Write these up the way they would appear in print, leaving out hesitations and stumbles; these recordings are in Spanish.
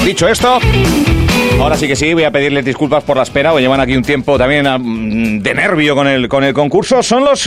Dicho esto, ahora sí que sí, voy a pedirles disculpas por la espera, porque llevan aquí un tiempo también de nervio con el concurso. Son los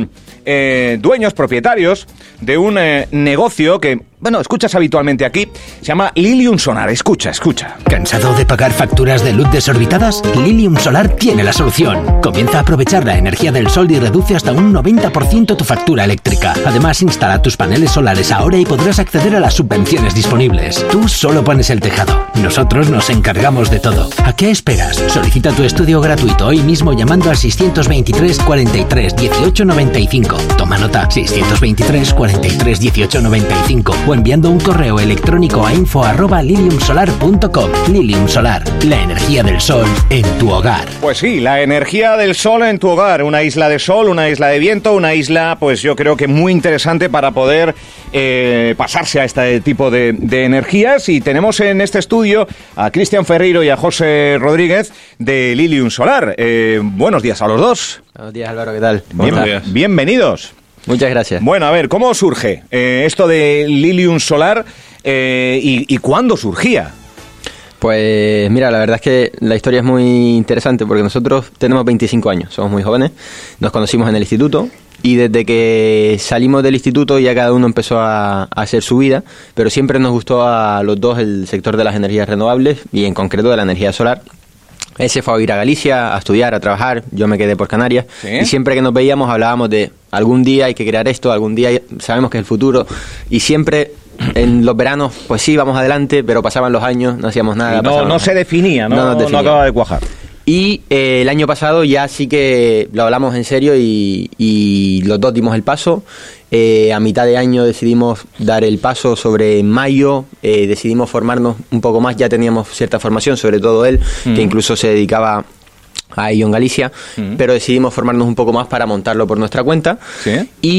dueños, propietarios de un negocio que, bueno, escuchas habitualmente aquí, se llama Lilium Solar. Escucha. ¿Cansado de pagar facturas de luz desorbitadas? Lilium Solar tiene la solución. Comienza a aprovechar la energía del sol y reduce hasta un 90% tu factura eléctrica. Además, instala tus paneles solares ahora y podrás acceder a las subvenciones disponibles. Tú solo pones el tejado. Nosotros nos encargamos de todo. ¿A qué esperas? Solicita tu estudio gratuito hoy mismo llamando al 623 43 18 95. Toma nota, 623 43 18 95 o enviando un correo electrónico a info@liliumsolar.com. Lilium Solar, la energía del sol en tu hogar. Pues sí, la energía del sol en tu hogar, una isla de sol, una isla de viento, una isla, pues yo creo que muy interesante para poder pasarse a este tipo de energías. Y tenemos en este estudio a Cristian Ferreiro y a José Rodríguez de Lilium Solar. Buenos días a los dos. Buenos días, Álvaro, ¿qué tal? Bienvenidos. Muchas gracias. Bueno, a ver, ¿cómo surge esto de Lilium Solar y cuándo surgía? Pues mira, la verdad es que la historia es muy interesante porque nosotros tenemos 25 años, somos muy jóvenes, nos conocimos en el instituto y desde que salimos del instituto ya cada uno empezó a hacer su vida, pero siempre nos gustó a los dos el sector de las energías renovables y en concreto de la energía solar. Él se fue a ir a Galicia, a estudiar, a trabajar, yo me quedé por Canarias. ¿Sí? Y siempre que nos veíamos hablábamos de algún día hay que crear esto, algún día sabemos que es el futuro. Y siempre en los veranos, pues sí, vamos adelante, pero pasaban los años, no hacíamos nada. No se definía, no acababa de cuajar. Y el año pasado ya sí que lo hablamos en serio y los dos dimos el paso. A mitad de año decidimos dar el paso sobre mayo, decidimos formarnos un poco más, ya teníamos cierta formación, sobre todo él, que incluso se dedicaba a ello en Galicia, pero decidimos formarnos un poco más para montarlo por nuestra cuenta. ¿Sí?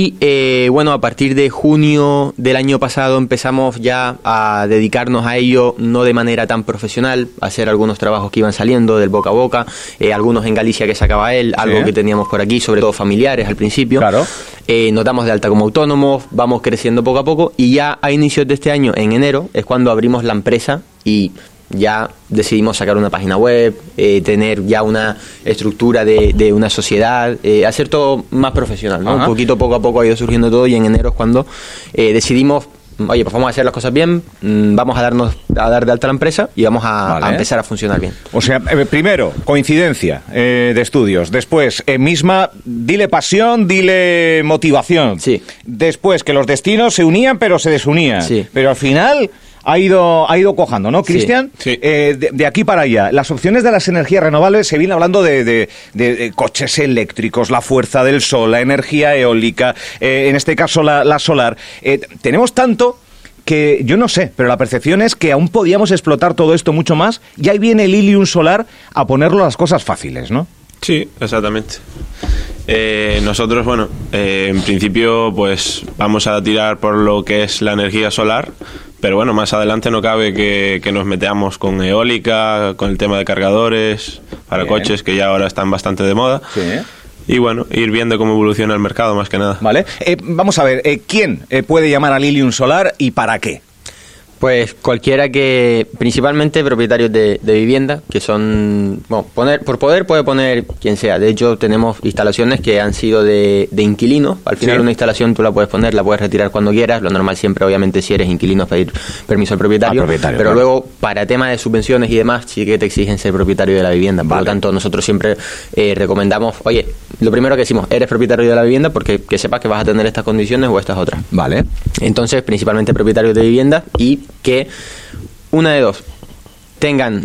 Y bueno, a partir de junio del año pasado empezamos ya a dedicarnos a ello, no de manera tan profesional, a hacer algunos trabajos que iban saliendo del boca a boca, algunos en Galicia que sacaba él, algo que teníamos por aquí, sobre todo familiares al principio. Claro. Nos damos de alta como autónomos, vamos creciendo poco a poco y ya a inicios de este año, en enero, es cuando abrimos la empresa y ya decidimos sacar una página web, tener ya una estructura de una sociedad, hacer todo más profesional, ¿no? Un poquito poco a poco ha ido surgiendo todo y en enero es cuando decidimos, oye, pues vamos a hacer las cosas bien, vamos a dar de alta la empresa y vamos a empezar a funcionar bien. O sea, primero, coincidencia de estudios, después, dile pasión, dile motivación. Sí. Después, que los destinos se unían pero se desunían. Sí. Pero al final ha ido cuajando, ¿no, Cristian? Sí. De aquí para allá, las opciones de las energías renovables, se viene hablando de coches eléctricos, la fuerza del sol, la energía eólica, en este caso la solar. Tenemos tanto que yo no sé, pero la percepción es que aún podíamos explotar todo esto mucho más y ahí viene Lilium Solar a ponerlo las cosas fáciles, ¿no? Sí, exactamente. Nosotros, bueno, en principio pues vamos a tirar por lo que es la energía solar, pero bueno, más adelante no cabe que nos metamos con eólica, con el tema de cargadores para coches, que ya ahora están bastante de moda. Sí. Y bueno, ir viendo cómo evoluciona el mercado más que nada. Vale. Vamos a ver, ¿quién puede llamar a Lilium Solar y para qué? Pues cualquiera que, principalmente propietarios de vivienda, que son, bueno, por poder puede poner quien sea. De hecho, tenemos instalaciones que han sido de inquilinos. Al final una instalación tú la puedes poner, la puedes retirar cuando quieras. Lo normal siempre, obviamente, si eres inquilino, es pedir permiso al propietario. Pero luego, para temas de subvenciones y demás, sí que te exigen ser propietario de la vivienda. Por lo tanto, nosotros siempre recomendamos, oye, lo primero que decimos, eres propietario de la vivienda porque que sepas que vas a tener estas condiciones o estas otras. Vale. Entonces, principalmente propietarios de vivienda y que una de dos tengan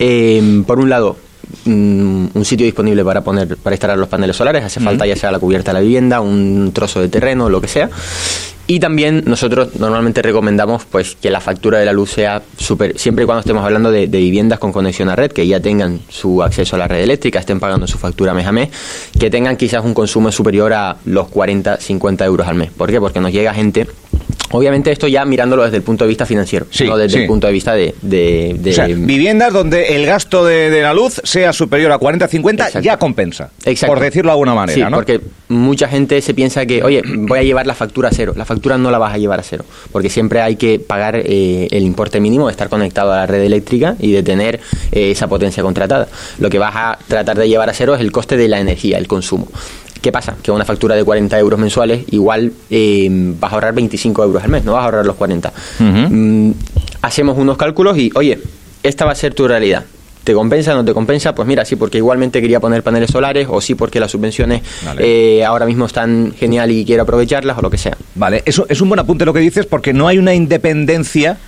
por un lado un sitio disponible para instalar los paneles solares, hace falta ya sea la cubierta de la vivienda, un trozo de terreno, lo que sea. Y también nosotros normalmente recomendamos pues que la factura de la luz sea siempre y cuando estemos hablando de viviendas con conexión a red, que ya tengan su acceso a la red eléctrica, estén pagando su factura mes a mes, que tengan quizás un consumo superior a los 40-50 euros al mes. ¿Por qué? Porque nos llega gente Obviamente esto ya mirándolo desde el punto de vista financiero, no desde el punto de vista de o sea, viviendas donde el gasto de la luz sea superior a 40-50 ya compensa, por decirlo de alguna manera, sí, ¿no? Porque mucha gente se piensa que, oye, voy a llevar la factura a cero. La factura no la vas a llevar a cero, porque siempre hay que pagar el importe mínimo de estar conectado a la red eléctrica y de tener esa potencia contratada. Lo que vas a tratar de llevar a cero es el coste de la energía, el consumo. ¿Qué pasa? Que una factura de 40 euros mensuales igual vas a ahorrar 25 euros al mes, no vas a ahorrar los 40. Hacemos unos cálculos y, oye, esta va a ser tu realidad. ¿Te compensa o no te compensa? Pues mira, sí, porque igualmente quería poner paneles solares, o sí, porque las subvenciones ahora mismo están genial y quiero aprovecharlas, o lo que sea. Vale, eso es un buen apunte lo que dices, porque no hay una independencia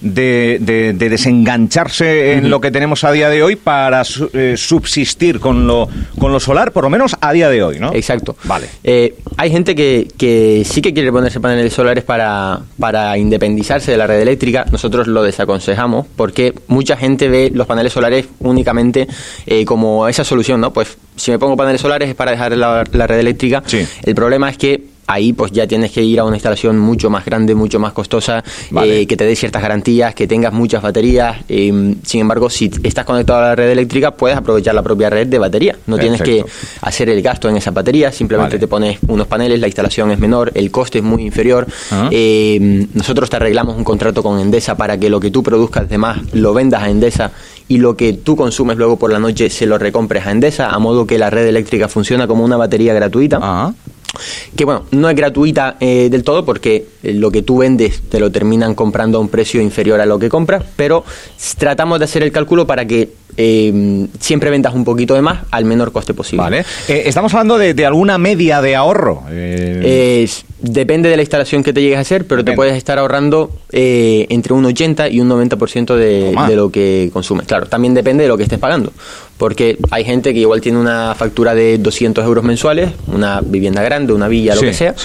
de desengancharse en lo que tenemos a día de hoy para subsistir con lo solar, por lo menos a día de hoy, ¿no? Exacto. Vale. Hay gente que sí que quiere ponerse paneles solares para independizarse de la red eléctrica. Nosotros lo desaconsejamos porque mucha gente ve los paneles solares únicamente como esa solución, ¿no? Pues si me pongo paneles solares es para dejar la red eléctrica. Sí. El problema es que ahí pues ya tienes que ir a una instalación mucho más grande, mucho más costosa, que te dé ciertas garantías, que tengas muchas baterías. Sin embargo, si estás conectado a la red eléctrica, puedes aprovechar la propia red de batería. No tienes que hacer el gasto en esa batería, simplemente te pones unos paneles, la instalación es menor, el coste es muy inferior. Nosotros te arreglamos un contrato con Endesa para que lo que tú produzcas de más lo vendas a Endesa y lo que tú consumes luego por la noche se lo recompres a Endesa, a modo que la red eléctrica funciona como una batería gratuita. Que bueno, no es gratuita del todo, porque lo que tú vendes te lo terminan comprando a un precio inferior a lo que compras, pero tratamos de hacer el cálculo para que siempre vendas un poquito de más al menor coste posible. Vale. ¿Estamos hablando de alguna media de ahorro? Depende de la instalación que te llegues a hacer, pero te puedes estar ahorrando entre un 80 y un 90% de lo que consumes. Claro, también depende de lo que estés pagando, porque hay gente que igual tiene una factura de 200 euros mensuales, una vivienda grande, una villa, lo que sea,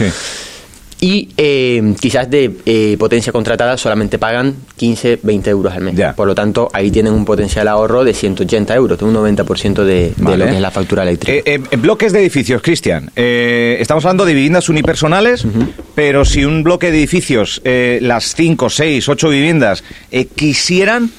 y quizás de potencia contratada solamente pagan 15, 20 euros al mes. Por lo tanto, ahí tienen un potencial ahorro de 180 euros, de un 90% de lo que es la factura eléctrica. Bloques de edificios, Cristian. Estamos hablando de viviendas unipersonales, pero si un bloque de edificios, las 5, 6, 8 viviendas, quisieran...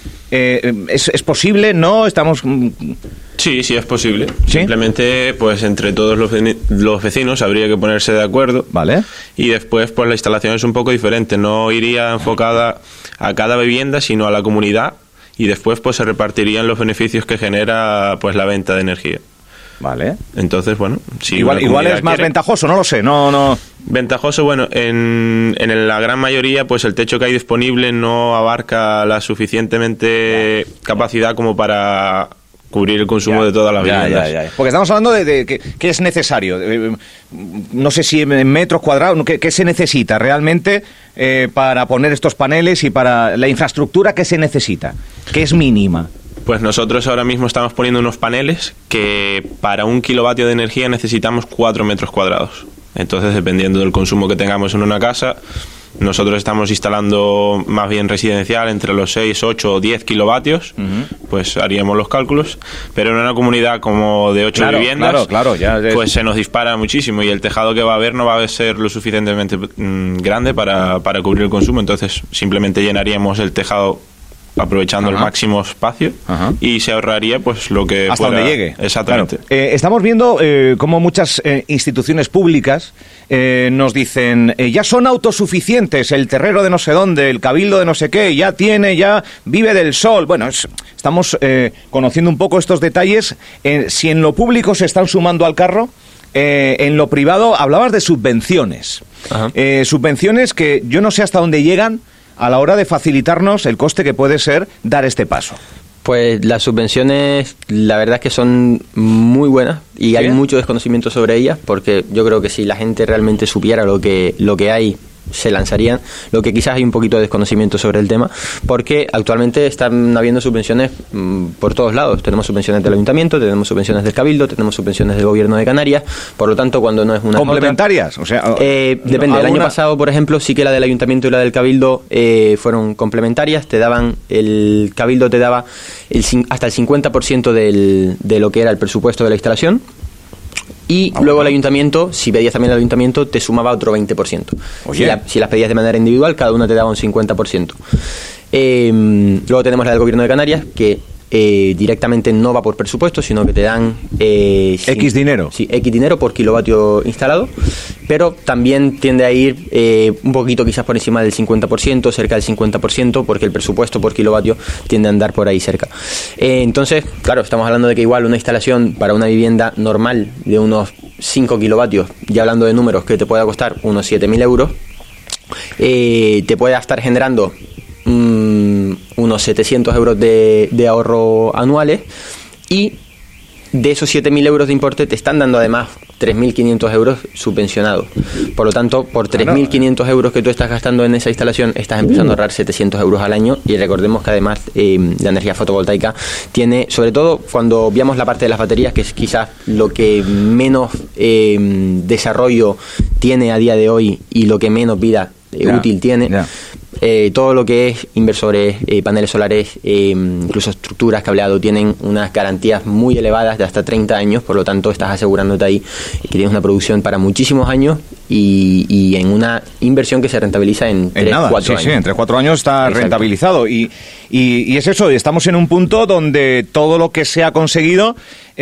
¿es posible? ¿No? Estamos... Sí, es posible. ¿Sí? Simplemente, pues entre todos los vecinos habría que ponerse de acuerdo. Vale. Y después, pues la instalación es un poco diferente. No iría enfocada a cada vivienda, sino a la comunidad. Y después, pues se repartirían los beneficios que genera, pues la venta de energía. Vale. Entonces, bueno, si igual es más ventajoso, no lo sé, no. Ventajoso, bueno, en la gran mayoría, pues el techo que hay disponible no abarca la suficientemente capacidad como para cubrir el consumo de todas las viviendas. Porque estamos hablando de que es necesario. No sé si en metros cuadrados, ¿qué se necesita realmente para poner estos paneles y para la infraestructura que se necesita? Que es mínima. Pues nosotros ahora mismo estamos poniendo unos paneles que para 1 kilovatio de energía necesitamos 4 metros cuadrados. Entonces, dependiendo del consumo que tengamos en una casa, nosotros estamos instalando más bien residencial entre los 6, 8 o 10 kilovatios, pues haríamos los cálculos, pero en una comunidad como de 8 viviendas, pues se nos dispara muchísimo y el tejado que va a haber no va a ser lo suficientemente grande para cubrir el consumo, entonces simplemente llenaríamos el tejado aprovechando el máximo espacio y se ahorraría pues lo que hasta donde llegue. Exactamente. Claro. Estamos viendo cómo muchas instituciones públicas nos dicen ya son autosuficientes, el terrero de no sé dónde, el cabildo de no sé qué, ya vive del sol. Bueno, estamos conociendo un poco estos detalles. Si en lo público se están sumando al carro, en lo privado hablabas de subvenciones. Subvenciones que yo no sé hasta dónde llegan a la hora de facilitarnos el coste que puede ser dar este paso. Pues las subvenciones, la verdad es que son muy buenas y hay mucho desconocimiento sobre ellas, porque yo creo que si la gente realmente supiera lo que hay, se lanzarían. Lo que quizás hay un poquito de desconocimiento sobre el tema, porque actualmente están habiendo subvenciones por todos lados. Tenemos subvenciones del ayuntamiento, tenemos subvenciones del cabildo, tenemos subvenciones del gobierno de Canarias. Por lo tanto, cuando no es una complementarias, o sea, depende. El año pasado, por ejemplo, sí que la del ayuntamiento y la del cabildo fueron complementarias. El cabildo te daba hasta el 50% de lo que era el presupuesto de la instalación. Y luego el ayuntamiento, si pedías también al ayuntamiento, te sumaba otro 20%. Si las pedías de manera individual, cada una te daba un 50%. Luego tenemos la del Gobierno de Canarias, que directamente no va por presupuesto, sino que te dan X dinero. Sí, X dinero por kilovatio instalado, pero también tiende a ir un poquito quizás por encima del 50%, cerca del 50%, porque el presupuesto por kilovatio tiende a andar por ahí cerca. Entonces, claro, estamos hablando de que igual una instalación para una vivienda normal de unos 5 kilovatios, ya hablando de números, que te pueda costar unos 7.000 euros, te puede estar generando unos 700 euros de ahorro anuales, y de esos 7.000 euros de importe te están dando además 3.500 euros subvencionados. Por lo tanto, por 3.500 euros que tú estás gastando en esa instalación, estás empezando a ahorrar 700 euros al año. Y recordemos que además la energía fotovoltaica tiene, sobre todo cuando veamos la parte de las baterías, que es quizás lo que menos desarrollo tiene a día de hoy y lo que menos vida útil tiene. Todo lo que es inversores, paneles solares, incluso estructuras, cableado, tienen unas garantías muy elevadas de hasta 30 años, por lo tanto estás asegurándote ahí que tienes una producción para muchísimos años y en una inversión que se rentabiliza en 3-4 años. Sí, entre 4 años está Exacto. rentabilizado y es eso, estamos en un punto donde todo lo que se ha conseguido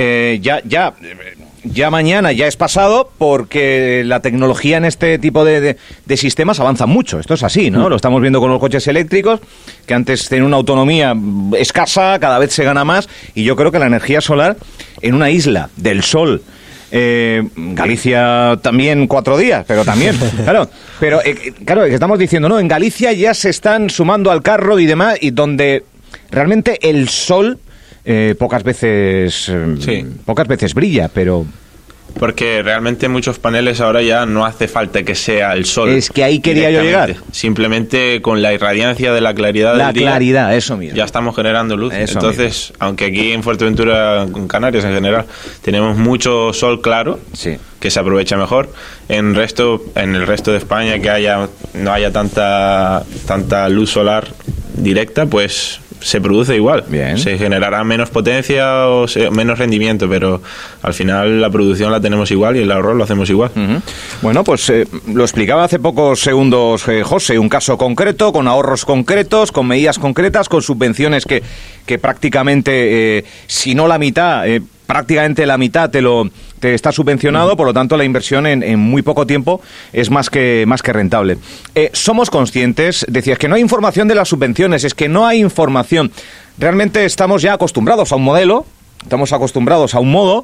ya mañana ya es pasado, porque la tecnología en este tipo de sistemas avanza mucho. Esto es así, ¿no? Lo estamos viendo con los coches eléctricos, que antes tenían una autonomía escasa, cada vez se gana más, y yo creo que la energía solar en una isla del sol, Galicia también 4 días, pero también, claro, estamos diciendo, ¿no? En Galicia ya se están sumando al carro y demás, y donde realmente el sol pocas veces brilla, pero... Porque realmente muchos paneles ahora ya no hace falta que sea el sol. Es que ahí quería yo llegar. Simplemente con la irradiancia de la claridad del día, claridad, eso mismo. Ya estamos generando luz. Eso entonces, mismo. Aunque aquí en Fuerteventura, en Canarias en general, tenemos mucho sol claro, que se aprovecha mejor. En el resto de España, que no haya tanta luz solar directa, pues se produce igual. Bien. Se generará menos potencia o menos rendimiento, pero al final la producción la tenemos igual y el ahorro lo hacemos igual. Uh-huh. Bueno, pues lo explicaba hace pocos segundos José, un caso concreto, con ahorros concretos, con medidas concretas, con subvenciones que prácticamente, si no la mitad, prácticamente la mitad te está subvencionado, por lo tanto la inversión en muy poco tiempo es más que rentable. Somos conscientes, decías que no hay información de las subvenciones, es que no hay información. Realmente estamos ya acostumbrados a un modelo, estamos acostumbrados a un modo.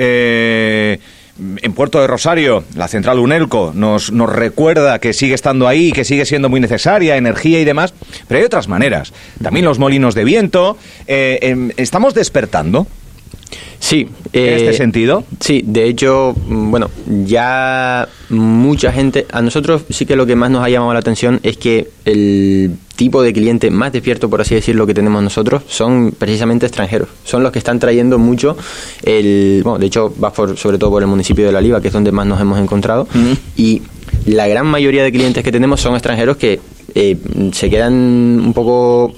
En Puerto de Rosario, la central Unelco nos recuerda que sigue estando ahí, que sigue siendo muy necesaria, energía y demás, pero hay otras maneras. También los molinos de viento. Estamos despertando. Sí. ¿En este sentido? Sí, de hecho, bueno, ya mucha gente... A nosotros sí que lo que más nos ha llamado la atención es que el tipo de cliente más despierto, por así decirlo, que tenemos nosotros, son precisamente extranjeros. Son los que están trayendo mucho bueno, de hecho, va sobre todo por el municipio de La Oliva, que es donde más nos hemos encontrado, y la gran mayoría de clientes que tenemos son extranjeros que se quedan un poco...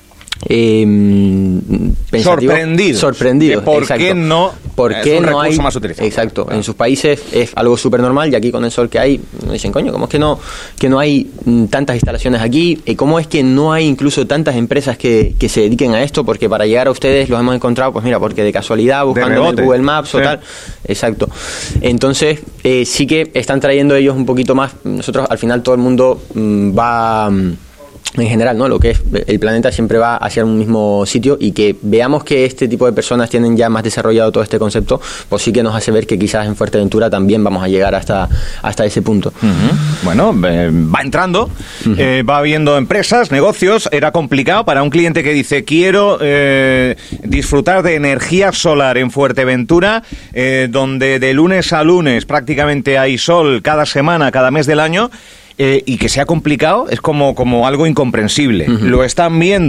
sorprendidos. ¿Por qué no? ¿Por qué no hay más utilizado? Exacto. En sus países es algo súper normal, y aquí con el sol que hay, dicen, coño, ¿cómo es que no hay tantas instalaciones aquí? ¿Cómo es que no hay incluso tantas empresas que se dediquen a esto? Porque para llegar a ustedes los hemos encontrado, pues mira, porque de casualidad, buscando en Google Maps o tal. Exacto. Entonces, sí que están trayendo ellos un poquito más. Nosotros, al final, todo el mundo va... en general, ¿no? Lo que es el planeta siempre va hacia un mismo sitio, y que veamos que este tipo de personas tienen ya más desarrollado todo este concepto, pues sí que nos hace ver que quizás en Fuerteventura también vamos a llegar hasta ese punto. Bueno, va entrando, va habiendo empresas, negocios. Era complicado para un cliente que dice, quiero disfrutar de energía solar en Fuerteventura, donde de lunes a lunes prácticamente hay sol cada semana, cada mes del año. Y que sea complicado es como algo incomprensible. Lo están viendo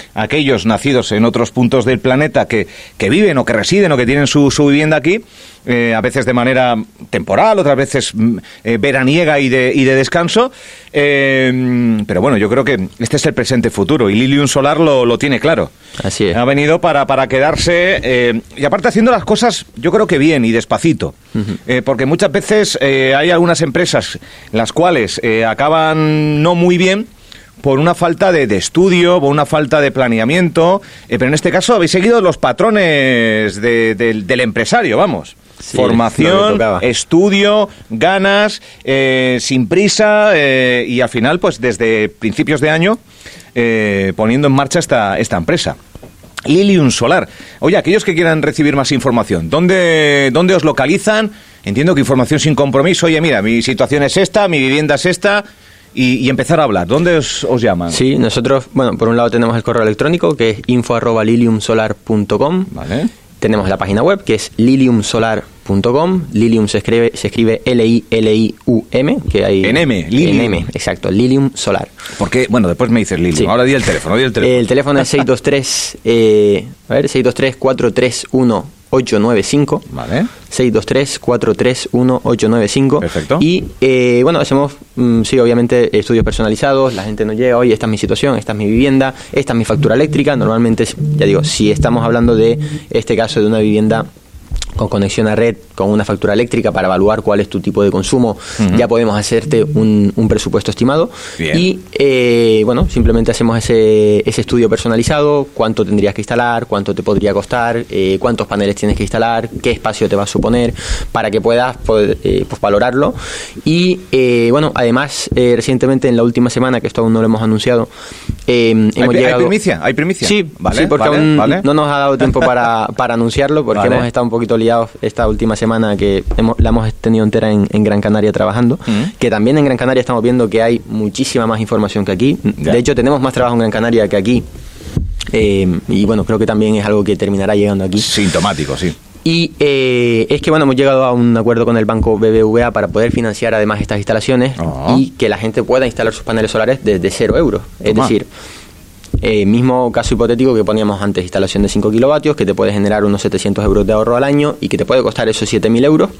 aquellos nacidos en otros puntos del planeta que viven o que residen o que tienen su vivienda aquí, a veces de manera temporal, otras veces veraniega y de descanso, pero bueno, yo creo que este es el presente futuro y Lilium Solar lo tiene claro. Así es. Ha venido para quedarse, y aparte haciendo las cosas yo creo que bien y despacito, porque muchas veces hay algunas empresas las cuales acaban no muy bien por una falta de estudio, por una falta de planeamiento, pero en este caso habéis seguido los patrones del empresario, vamos. Sí, formación, estudio, ganas, sin prisa, y al final, pues desde principios de año, poniendo en marcha esta empresa. Lilium Solar. Oye, aquellos que quieran recibir más información, ¿dónde os localizan? Entiendo que información sin compromiso. Oye, mira, mi situación es esta, mi vivienda es esta, y empezar a hablar. ¿Dónde os llaman? Sí, nosotros, bueno, por un lado tenemos el correo electrónico, que es info@liliumsolar.com. Vale. Tenemos la página web, que es liliumsolar.com. Lilium se escribe L-I-L-I-U-M, que hay... En M, Lilium. En M, exacto, Lilium Solar. Porque, bueno, después me dices Lilium. Sí. Ahora di el teléfono. El teléfono es 623-431-895. Vale. 623-431-895. Perfecto. Y, bueno, hacemos, sí, obviamente, estudios personalizados. La gente nos llega, oye, esta es mi situación, esta es mi vivienda, esta es mi factura eléctrica. Normalmente, ya digo, si estamos hablando de este caso de una vivienda con conexión a red, con una factura eléctrica, para evaluar cuál es tu tipo de consumo, ya podemos hacerte un presupuesto estimado. Bien. Y, bueno, simplemente hacemos ese estudio personalizado, cuánto tendrías que instalar, cuánto te podría costar, cuántos paneles tienes que instalar, qué espacio te va a suponer, para que puedas pues valorarlo. Y, bueno, además, recientemente, en la última semana, que esto aún no lo hemos anunciado, hemos llegado... ¿Hay primicia? Sí, vale, sí, porque aún no nos ha dado tiempo para anunciarlo, porque hemos estado un poquito liados esta última semana, que la hemos tenido entera en Gran Canaria trabajando, que también en Gran Canaria estamos viendo que hay muchísima más información que aquí. De hecho, tenemos más trabajo en Gran Canaria que aquí, y bueno, creo que también es algo que terminará llegando aquí. Sintomático, sí. Y es que, bueno, hemos llegado a un acuerdo con el banco BBVA para poder financiar además estas instalaciones y que la gente pueda instalar sus paneles solares desde 0 euros. Es decir, mismo caso hipotético que poníamos antes, instalación de 5 kilovatios, que te puede generar unos 700 euros de ahorro al año y que te puede costar esos 7.000 euros.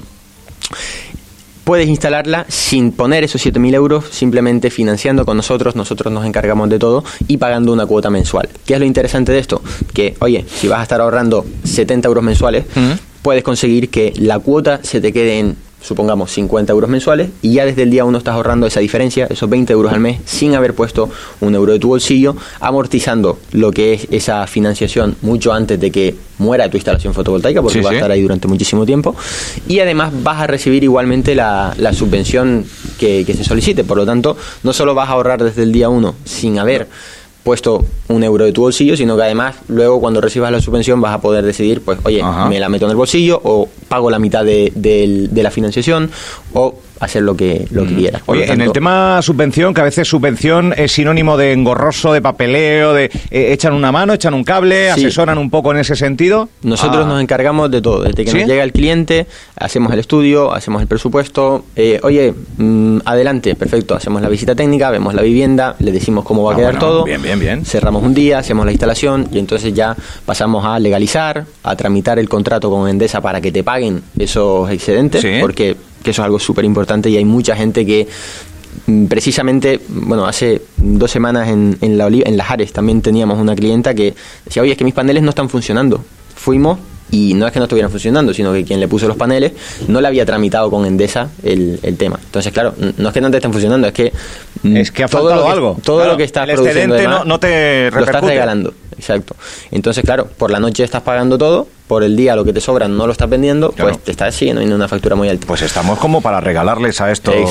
Puedes instalarla sin poner esos 7.000 euros, simplemente financiando con nosotros nos encargamos de todo y pagando una cuota mensual. ¿Qué es lo interesante de esto? Que, oye, si vas a estar ahorrando 70 euros mensuales, puedes conseguir que la cuota se te quede en, supongamos, 50 euros mensuales, y ya desde el día 1 estás ahorrando esa diferencia, esos 20 euros al mes, sin haber puesto un euro de tu bolsillo, amortizando lo que es esa financiación mucho antes de que muera tu instalación fotovoltaica, porque va a estar ahí durante muchísimo tiempo, y además vas a recibir igualmente la subvención que se solicite. Por lo tanto, no solo vas a ahorrar desde el día 1 sin haber puesto un euro de tu bolsillo, sino que además luego cuando recibas la subvención vas a poder decidir, pues, oye, me la meto en el bolsillo, o pago la mitad de la financiación, o hacer lo que quieras. Oye, tanto, en el tema subvención, que a veces subvención es sinónimo de engorroso, de papeleo, de echan una mano, echan un cable, asesoran un poco en ese sentido. Nosotros nos encargamos de todo, desde que nos llega el cliente, hacemos el estudio, hacemos el presupuesto, oye, adelante, perfecto, hacemos la visita técnica, vemos la vivienda, le decimos cómo va a quedar todo, bien. Cerramos un día, hacemos la instalación y entonces ya pasamos a legalizar, a tramitar el contrato con Endesa para que te paguen esos excedentes, porque que eso es algo súper importante, y hay mucha gente que precisamente, bueno, hace 2 semanas en Las Ares también teníamos una clienta que decía, oye, es que mis paneles no están funcionando. Fuimos y no es que no estuvieran funcionando, sino que quien le puso los paneles no le había tramitado con Endesa el tema. Entonces, claro, no es que no te estén funcionando, es que ha faltado algo. Todo lo que estás produciendo no te repercute. Lo estás regalando, exacto. Entonces, claro, por la noche estás pagando todo, por el día lo que te sobra no lo estás vendiendo, pues te estás siguiendo en una factura muy alta. Pues estamos como para regalarles a esto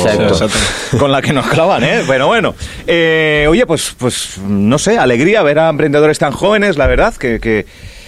con la que nos clavan, ¿eh? Bueno. Oye, pues no sé, alegría ver a emprendedores tan jóvenes, la verdad, que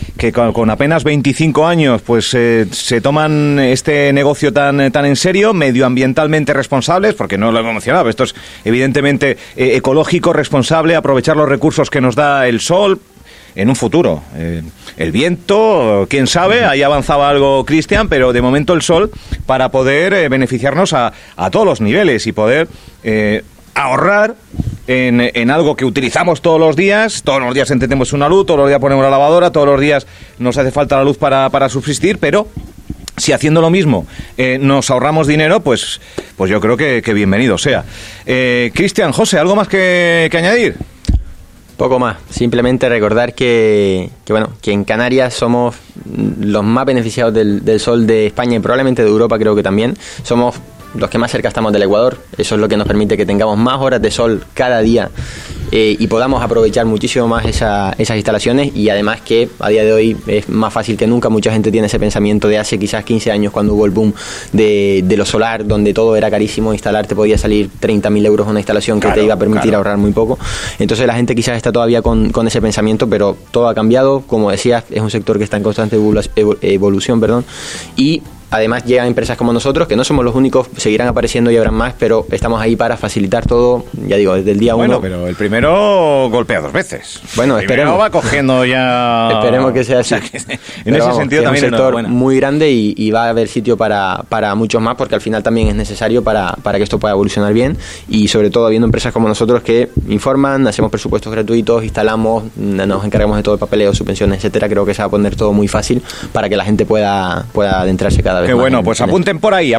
con apenas 25 años pues se toman este negocio tan en serio, medioambientalmente responsables, porque no lo hemos mencionado, esto es evidentemente ecológico, responsable, aprovechar los recursos que nos da el sol. En un futuro, el viento, quién sabe, ahí avanzaba algo Cristian, pero de momento el sol, para poder beneficiarnos a todos los niveles y poder ahorrar en algo que utilizamos todos los días encendemos una luz, todos los días ponemos la lavadora, todos los días nos hace falta la luz para subsistir, pero si haciendo lo mismo nos ahorramos dinero, pues yo creo que bienvenido sea. Cristian, José, ¿algo más que añadir? Poco más, simplemente recordar que en Canarias somos los más beneficiados del sol de España y probablemente de Europa, creo que también. Somos los que más cerca estamos del Ecuador, eso es lo que nos permite que tengamos más horas de sol cada día y podamos aprovechar muchísimo más esas instalaciones, y además que a día de hoy es más fácil que nunca. Mucha gente tiene ese pensamiento de hace quizás 15 años cuando hubo el boom de lo solar, donde todo era carísimo, instalar te podía salir 30.000 euros una instalación que te iba a permitir ahorrar muy poco. Entonces la gente quizás está todavía con ese pensamiento, pero todo ha cambiado. Como decías, es un sector que está en constante evolución, y además llegan empresas como nosotros, que no somos los únicos, seguirán apareciendo y habrán más, pero estamos ahí para facilitar todo, ya digo, desde el día 1. Bueno, pero el primero golpea 2 veces. Bueno, esperemos. Va cogiendo ya... Esperemos que sea así. En ese sentido también es un sector muy grande y va a haber sitio para muchos más, porque al final también es necesario para que esto pueda evolucionar bien, y sobre todo habiendo empresas como nosotros que informan, hacemos presupuestos gratuitos, instalamos, nos encargamos de todo el papeleo, subvenciones, etcétera. Creo que se va a poner todo muy fácil para que la gente pueda adentrarse cada vez Qué más. Bueno, pues apunten por ahí,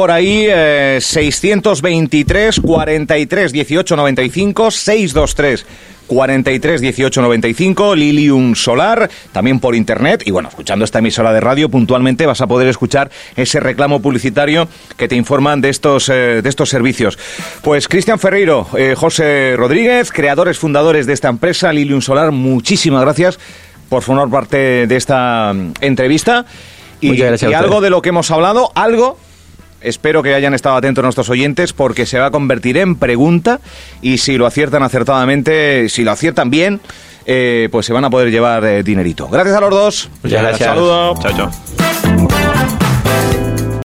623 43 18 95, 623 43 18 95, Lilium Solar, también por internet, y bueno, escuchando esta emisora de radio, puntualmente vas a poder escuchar ese reclamo publicitario que te informan de estos servicios. Pues Cristian Ferreiro, José Rodríguez, creadores, fundadores de esta empresa, Lilium Solar, muchísimas gracias por formar parte de esta entrevista. Y algo de lo que hemos hablado, espero que hayan estado atentos nuestros oyentes, porque se va a convertir en pregunta, y si lo aciertan acertadamente, si lo aciertan bien, pues se van a poder llevar dinerito. Gracias a los dos. Muchas gracias. Saludos. Chao, chao.